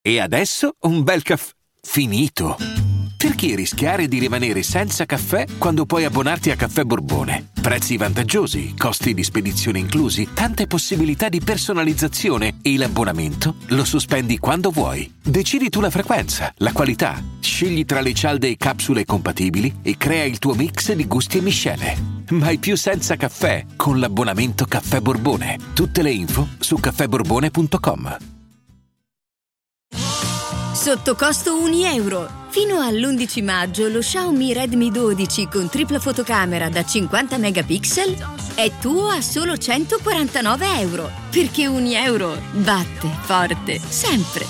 E adesso un bel caffè finito. Perché rischiare di rimanere senza caffè quando puoi abbonarti a Caffè Borbone? Prezzi vantaggiosi, costi di spedizione inclusi, tante possibilità di personalizzazione e l'abbonamento lo sospendi quando vuoi. Decidi tu la frequenza, la qualità, scegli tra le cialde e capsule compatibili e crea il tuo mix di gusti e miscele. Mai più senza caffè con l'abbonamento Caffè Borbone. Tutte le info su caffèborbone.com. Sotto costo €1. Fino all'11 maggio lo Xiaomi Redmi 12 con tripla fotocamera da 50 megapixel è tuo a solo €149. Perché €1 batte forte sempre.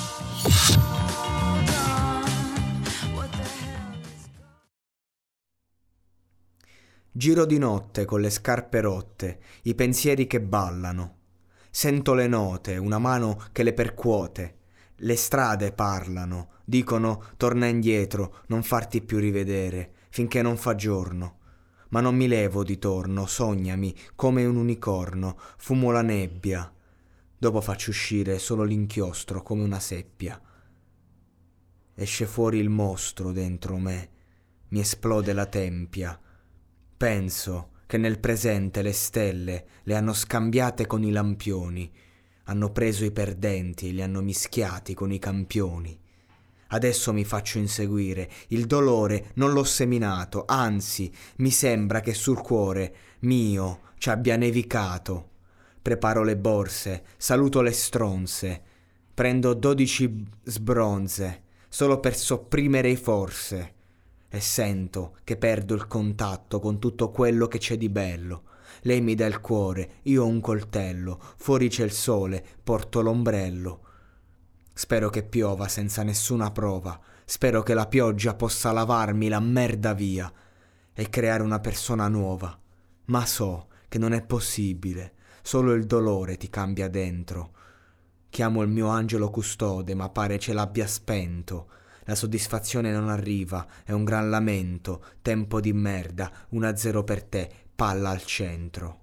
Giro di notte con le scarpe rotte, i pensieri che ballano. Sento le note, una mano che le percuote. Le strade parlano, dicono torna indietro, non farti più rivedere, finché non fa giorno. Ma non mi levo di torno, sognami come un unicorno, fumo la nebbia. Dopo faccio uscire solo l'inchiostro come una seppia. Esce fuori il mostro dentro me, mi esplode la tempia. Penso che nel presente le stelle le hanno scambiate con i lampioni, hanno preso i perdenti e li hanno mischiati con i campioni. Adesso mi faccio inseguire, il dolore non l'ho seminato, anzi mi sembra che sul cuore mio ci abbia nevicato. Preparo le borse, saluto le stronze, prendo 12 sbronze, solo per sopprimere i forse, e sento che perdo il contatto con tutto quello che c'è di bello. Lei mi dà il cuore, io ho un coltello, fuori c'è il sole, porto l'ombrello. Spero che piova senza nessuna prova, spero che la pioggia possa lavarmi la merda via e creare una persona nuova. Ma so che non è possibile, solo il dolore ti cambia dentro. Chiamo il mio angelo custode, ma pare ce l'abbia spento. La soddisfazione non arriva, è un gran lamento, tempo di merda, 1-0 per te, palla al centro.